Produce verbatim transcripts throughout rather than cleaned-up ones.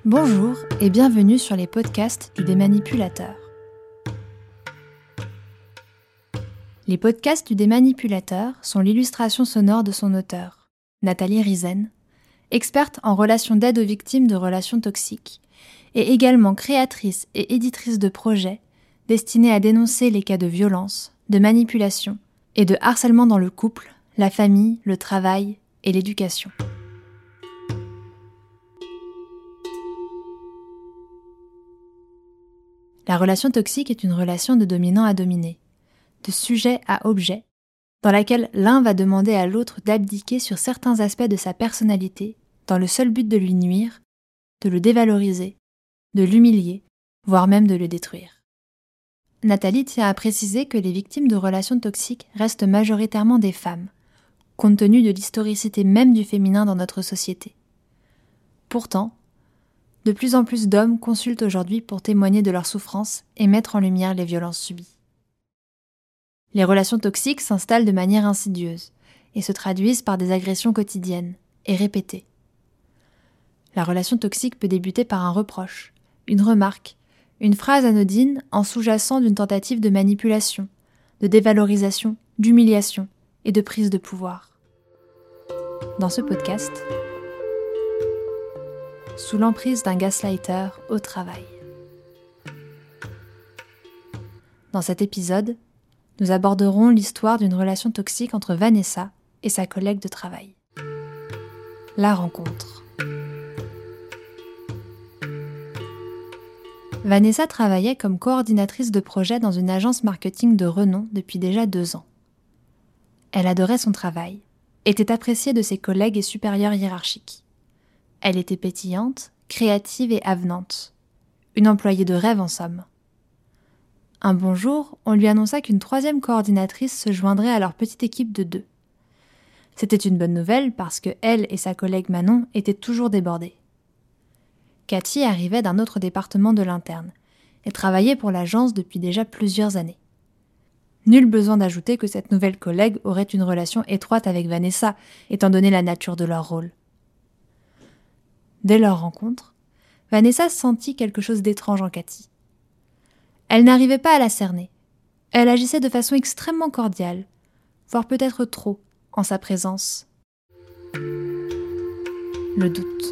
Bonjour et bienvenue sur les podcasts du Démanipulateur. Les podcasts du Démanipulateur sont l'illustration sonore de son auteur, Nathalie Rizen, experte en relations d'aide aux victimes de relations toxiques, et également créatrice et éditrice de projets destinés à dénoncer les cas de violence, de manipulation et de harcèlement dans le couple, la famille, le travail et l'éducation. La relation toxique est une relation de dominant à dominé, de sujet à objet, dans laquelle l'un va demander à l'autre d'abdiquer sur certains aspects de sa personnalité dans le seul but de lui nuire, de le dévaloriser, de l'humilier, voire même de le détruire. Nathalie tient à préciser que les victimes de relations toxiques restent majoritairement des femmes, compte tenu de l'historicité même du féminin dans notre société. Pourtant, de plus en plus d'hommes consultent aujourd'hui pour témoigner de leurs souffrances et mettre en lumière les violences subies. Les relations toxiques s'installent de manière insidieuse et se traduisent par des agressions quotidiennes et répétées. La relation toxique peut débuter par un reproche, une remarque, une phrase anodine en sous-jacent d'une tentative de manipulation, de dévalorisation, d'humiliation et de prise de pouvoir. Dans ce podcast, sous l'emprise d'un gaslighter au travail. Dans cet épisode, nous aborderons l'histoire d'une relation toxique entre Vanessa et sa collègue de travail. La rencontre. Vanessa travaillait comme coordinatrice de projet dans une agence marketing de renom depuis déjà deux ans. Elle adorait son travail, était appréciée de ses collègues et supérieurs hiérarchiques. Elle était pétillante, créative et avenante. Une employée de rêve en somme. Un bon jour, on lui annonça qu'une troisième coordinatrice se joindrait à leur petite équipe de deux. C'était une bonne nouvelle parce que elle et sa collègue Manon étaient toujours débordées. Cathy arrivait d'un autre département de l'interne et travaillait pour l'agence depuis déjà plusieurs années. Nul besoin d'ajouter que cette nouvelle collègue aurait une relation étroite avec Vanessa, étant donné la nature de leur rôle. Dès leur rencontre, Vanessa sentit quelque chose d'étrange en Cathy. Elle n'arrivait pas à la cerner. Elle agissait de façon extrêmement cordiale, voire peut-être trop, en sa présence. Le doute.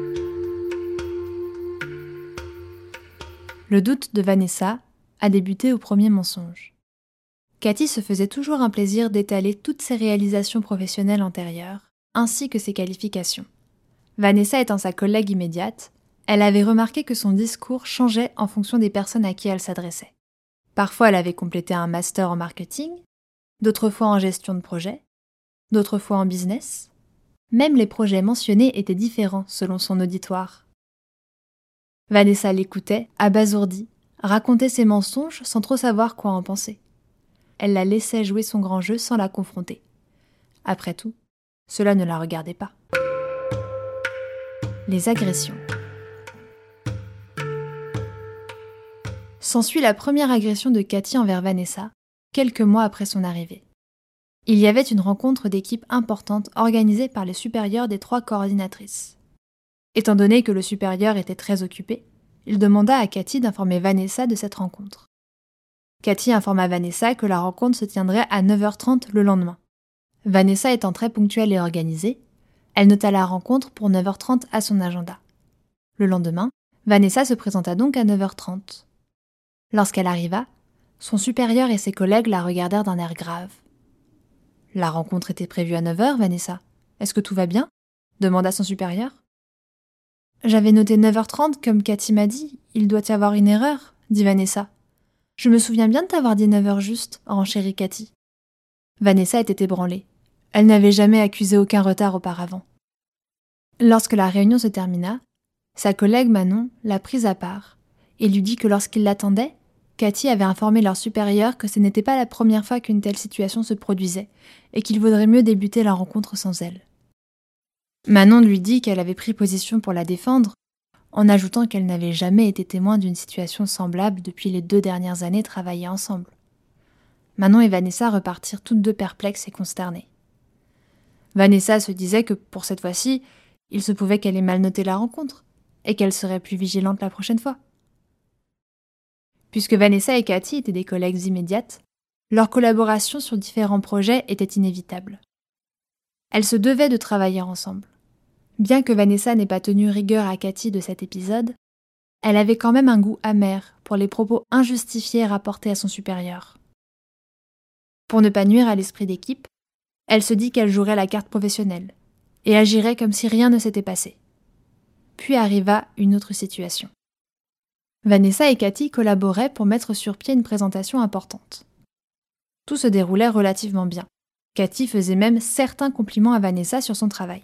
Le doute de Vanessa a débuté au premier mensonge. Cathy se faisait toujours un plaisir d'étaler toutes ses réalisations professionnelles antérieures, ainsi que ses qualifications. Vanessa étant sa collègue immédiate, elle avait remarqué que son discours changeait en fonction des personnes à qui elle s'adressait. Parfois, elle avait complété un master en marketing, d'autres fois en gestion de projet, d'autres fois en business. Même les projets mentionnés étaient différents selon son auditoire. Vanessa l'écoutait, abasourdie, racontait ses mensonges sans trop savoir quoi en penser. Elle la laissait jouer son grand jeu sans la confronter. Après tout, cela ne la regardait pas. Les agressions. S'ensuit la première agression de Cathy envers Vanessa, quelques mois après son arrivée. Il y avait une rencontre d'équipe importante organisée par les supérieurs des trois coordinatrices. Étant donné que le supérieur était très occupé, il demanda à Cathy d'informer Vanessa de cette rencontre. Cathy informa Vanessa que la rencontre se tiendrait à neuf heures trente le lendemain. Vanessa étant très ponctuelle et organisée, elle nota la rencontre pour neuf heures trente à son agenda. Le lendemain, Vanessa se présenta donc à neuf heures trente. Lorsqu'elle arriva, son supérieur et ses collègues la regardèrent d'un air grave. « La rencontre était prévue à neuf heures, Vanessa. Est-ce que tout va bien ?» demanda son supérieur. « J'avais noté neuf heures trente comme Cathy m'a dit. Il doit y avoir une erreur, » dit Vanessa. « Je me souviens bien de t'avoir dit neuf heures juste, renchérit Cathy. » Vanessa était ébranlée. Elle n'avait jamais accusé aucun retard auparavant. Lorsque la réunion se termina, sa collègue Manon l'a prise à part et lui dit que lorsqu'il l'attendait, Cathy avait informé leur supérieur que ce n'était pas la première fois qu'une telle situation se produisait et qu'il vaudrait mieux débuter la rencontre sans elle. Manon lui dit qu'elle avait pris position pour la défendre, en ajoutant qu'elle n'avait jamais été témoin d'une situation semblable depuis les deux dernières années travaillées ensemble. Manon et Vanessa repartirent toutes deux perplexes et consternées. Vanessa se disait que, pour cette fois-ci, il se pouvait qu'elle ait mal noté la rencontre, et qu'elle serait plus vigilante la prochaine fois. Puisque Vanessa et Cathy étaient des collègues immédiates, leur collaboration sur différents projets était inévitable. Elles se devaient de travailler ensemble. Bien que Vanessa n'ait pas tenu rigueur à Cathy de cet épisode, elle avait quand même un goût amer pour les propos injustifiés rapportés à son supérieur. Pour ne pas nuire à l'esprit d'équipe, elle se dit qu'elle jouerait la carte professionnelle et agirait comme si rien ne s'était passé. Puis arriva une autre situation. Vanessa et Cathy collaboraient pour mettre sur pied une présentation importante. Tout se déroulait relativement bien. Cathy faisait même certains compliments à Vanessa sur son travail.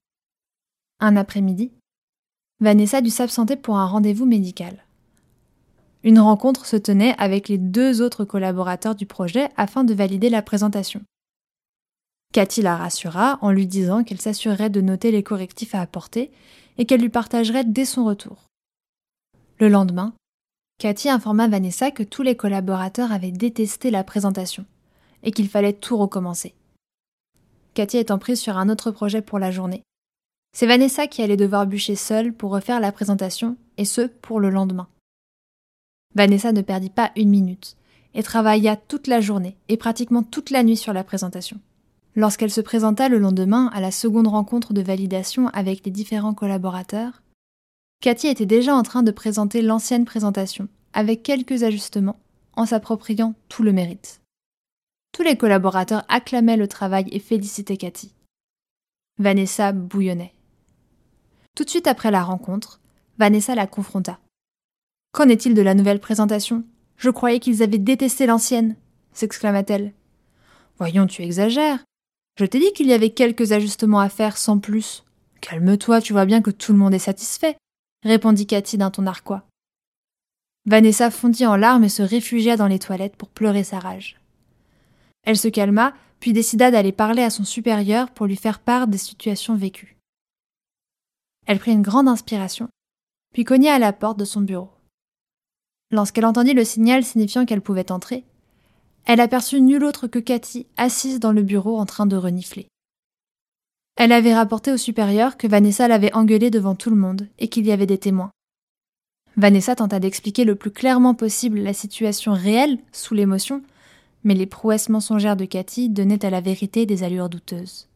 Un après-midi, Vanessa dut s'absenter pour un rendez-vous médical. Une rencontre se tenait avec les deux autres collaborateurs du projet afin de valider la présentation. Cathy la rassura en lui disant qu'elle s'assurerait de noter les correctifs à apporter et qu'elle lui partagerait dès son retour. Le lendemain, Cathy informa Vanessa que tous les collaborateurs avaient détesté la présentation et qu'il fallait tout recommencer. Cathy étant prise sur un autre projet pour la journée, c'est Vanessa qui allait devoir bûcher seule pour refaire la présentation, et ce, pour le lendemain. Vanessa ne perdit pas une minute et travailla toute la journée et pratiquement toute la nuit sur la présentation. Lorsqu'elle se présenta le lendemain à la seconde rencontre de validation avec les différents collaborateurs, Cathy était déjà en train de présenter l'ancienne présentation, avec quelques ajustements, en s'appropriant tout le mérite. Tous les collaborateurs acclamaient le travail et félicitaient Cathy. Vanessa bouillonnait. Tout de suite après la rencontre, Vanessa la confronta. « Qu'en est-il de la nouvelle présentation ? Je croyais qu'ils avaient détesté l'ancienne !» s'exclama-t-elle. « Voyons, tu exagères. Je t'ai dit qu'il y avait quelques ajustements à faire sans plus. Calme-toi, tu vois bien que tout le monde est satisfait !» répondit Cathy d'un ton narquois. Vanessa fondit en larmes et se réfugia dans les toilettes pour pleurer sa rage. Elle se calma, puis décida d'aller parler à son supérieur pour lui faire part des situations vécues. Elle prit une grande inspiration, puis cogna à la porte de son bureau. Lorsqu'elle entendit le signal signifiant qu'elle pouvait entrer, elle aperçut nul autre que Cathy assise dans le bureau en train de renifler. Elle avait rapporté au supérieur que Vanessa l'avait engueulée devant tout le monde et qu'il y avait des témoins. Vanessa tenta d'expliquer le plus clairement possible la situation réelle sous l'émotion, mais les prouesses mensongères de Cathy donnaient à la vérité des allures douteuses.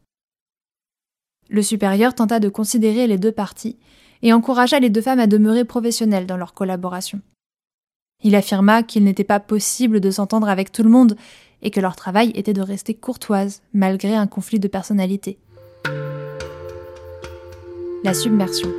Le supérieur tenta de considérer les deux parties et encouragea les deux femmes à demeurer professionnelles dans leur collaboration. Il affirma qu'il n'était pas possible de s'entendre avec tout le monde et que leur travail était de rester courtoises malgré un conflit de personnalité. La submersion.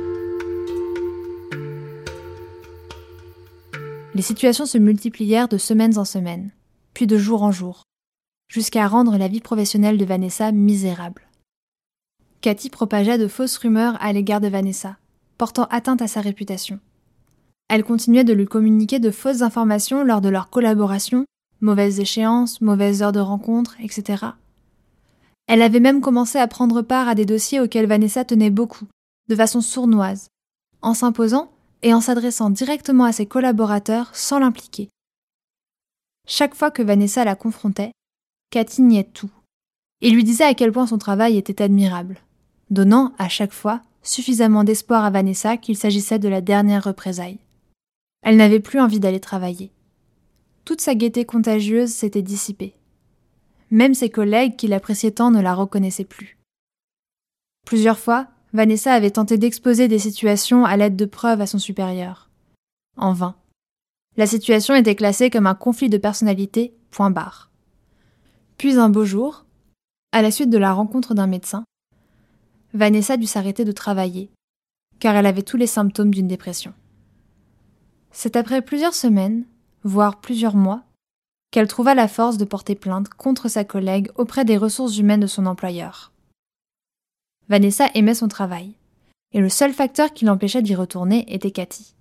Les situations se multiplièrent de semaines en semaines, puis de jour en jour, jusqu'à rendre la vie professionnelle de Vanessa misérable. Cathy propagea de fausses rumeurs à l'égard de Vanessa, portant atteinte à sa réputation. Elle continuait de lui communiquer de fausses informations lors de leur collaboration, mauvaises échéances, mauvaises heures de rencontre, et cetera. Elle avait même commencé à prendre part à des dossiers auxquels Vanessa tenait beaucoup, de façon sournoise, en s'imposant et en s'adressant directement à ses collaborateurs sans l'impliquer. Chaque fois que Vanessa la confrontait, Cathy niait tout, et lui disait à quel point son travail était admirable, donnant, à chaque fois, suffisamment d'espoir à Vanessa qu'il s'agissait de la dernière représaille. Elle n'avait plus envie d'aller travailler. Toute sa gaieté contagieuse s'était dissipée. Même ses collègues qui l'appréciaient tant ne la reconnaissaient plus. Plusieurs fois, Vanessa avait tenté d'exposer des situations à l'aide de preuves à son supérieur. En vain. La situation était classée comme un conflit de personnalité, point barre. Puis un beau jour, à la suite de la rencontre d'un médecin, Vanessa dut s'arrêter de travailler, car elle avait tous les symptômes d'une dépression. C'est après plusieurs semaines, voire plusieurs mois, qu'elle trouva la force de porter plainte contre sa collègue auprès des ressources humaines de son employeur. Vanessa aimait son travail, et le seul facteur qui l'empêchait d'y retourner était Cathy.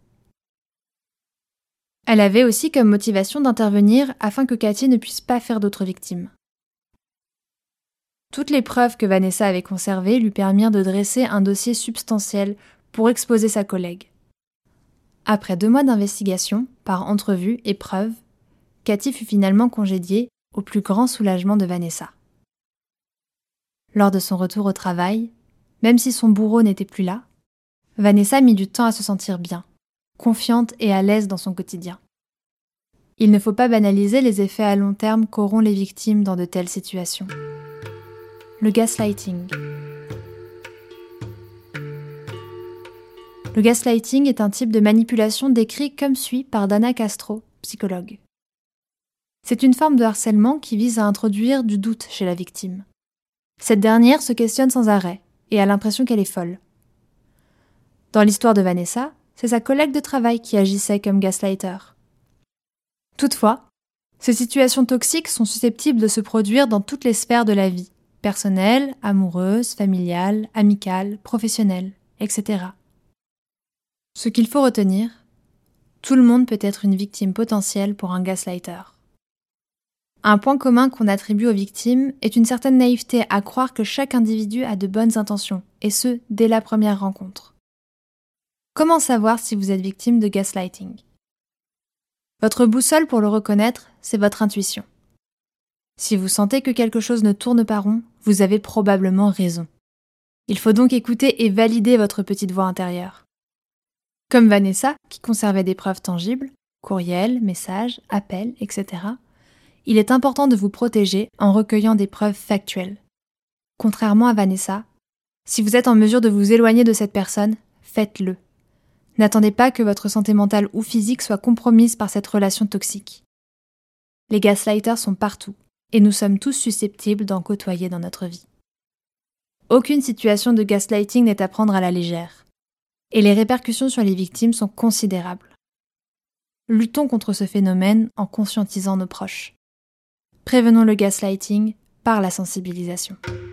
Elle avait aussi comme motivation d'intervenir afin que Cathy ne puisse pas faire d'autres victimes. Toutes les preuves que Vanessa avait conservées lui permirent de dresser un dossier substantiel pour exposer sa collègue. Après deux mois d'investigation, par entrevue et preuves, Cathy fut finalement congédiée, au plus grand soulagement de Vanessa. Lors de son retour au travail, même si son bourreau n'était plus là, Vanessa mit du temps à se sentir bien, confiante et à l'aise dans son quotidien. Il ne faut pas banaliser les effets à long terme qu'auront les victimes dans de telles situations. Le gaslighting. Le gaslighting est un type de manipulation décrit comme suit par Dana Castro, psychologue. C'est une forme de harcèlement qui vise à introduire du doute chez la victime. Cette dernière se questionne sans arrêt et a l'impression qu'elle est folle. Dans l'histoire de Vanessa, c'est sa collègue de travail qui agissait comme gaslighter. Toutefois, ces situations toxiques sont susceptibles de se produire dans toutes les sphères de la vie, personnelle, amoureuse, familiale, amicale, professionnelle, et cetera. Ce qu'il faut retenir, tout le monde peut être une victime potentielle pour un gaslighter. Un point commun qu'on attribue aux victimes est une certaine naïveté à croire que chaque individu a de bonnes intentions, et ce, dès la première rencontre. Comment savoir si vous êtes victime de gaslighting ? Votre boussole pour le reconnaître, c'est votre intuition. Si vous sentez que quelque chose ne tourne pas rond, vous avez probablement raison. Il faut donc écouter et valider votre petite voix intérieure. Comme Vanessa, qui conservait des preuves tangibles, courriels, messages, appels, et cetera, il est important de vous protéger en recueillant des preuves factuelles. Contrairement à Vanessa, si vous êtes en mesure de vous éloigner de cette personne, faites-le. N'attendez pas que votre santé mentale ou physique soit compromise par cette relation toxique. Les gaslighters sont partout, et nous sommes tous susceptibles d'en côtoyer dans notre vie. Aucune situation de gaslighting n'est à prendre à la légère, et les répercussions sur les victimes sont considérables. Luttons contre ce phénomène en conscientisant nos proches. Prévenons le gaslighting par la sensibilisation.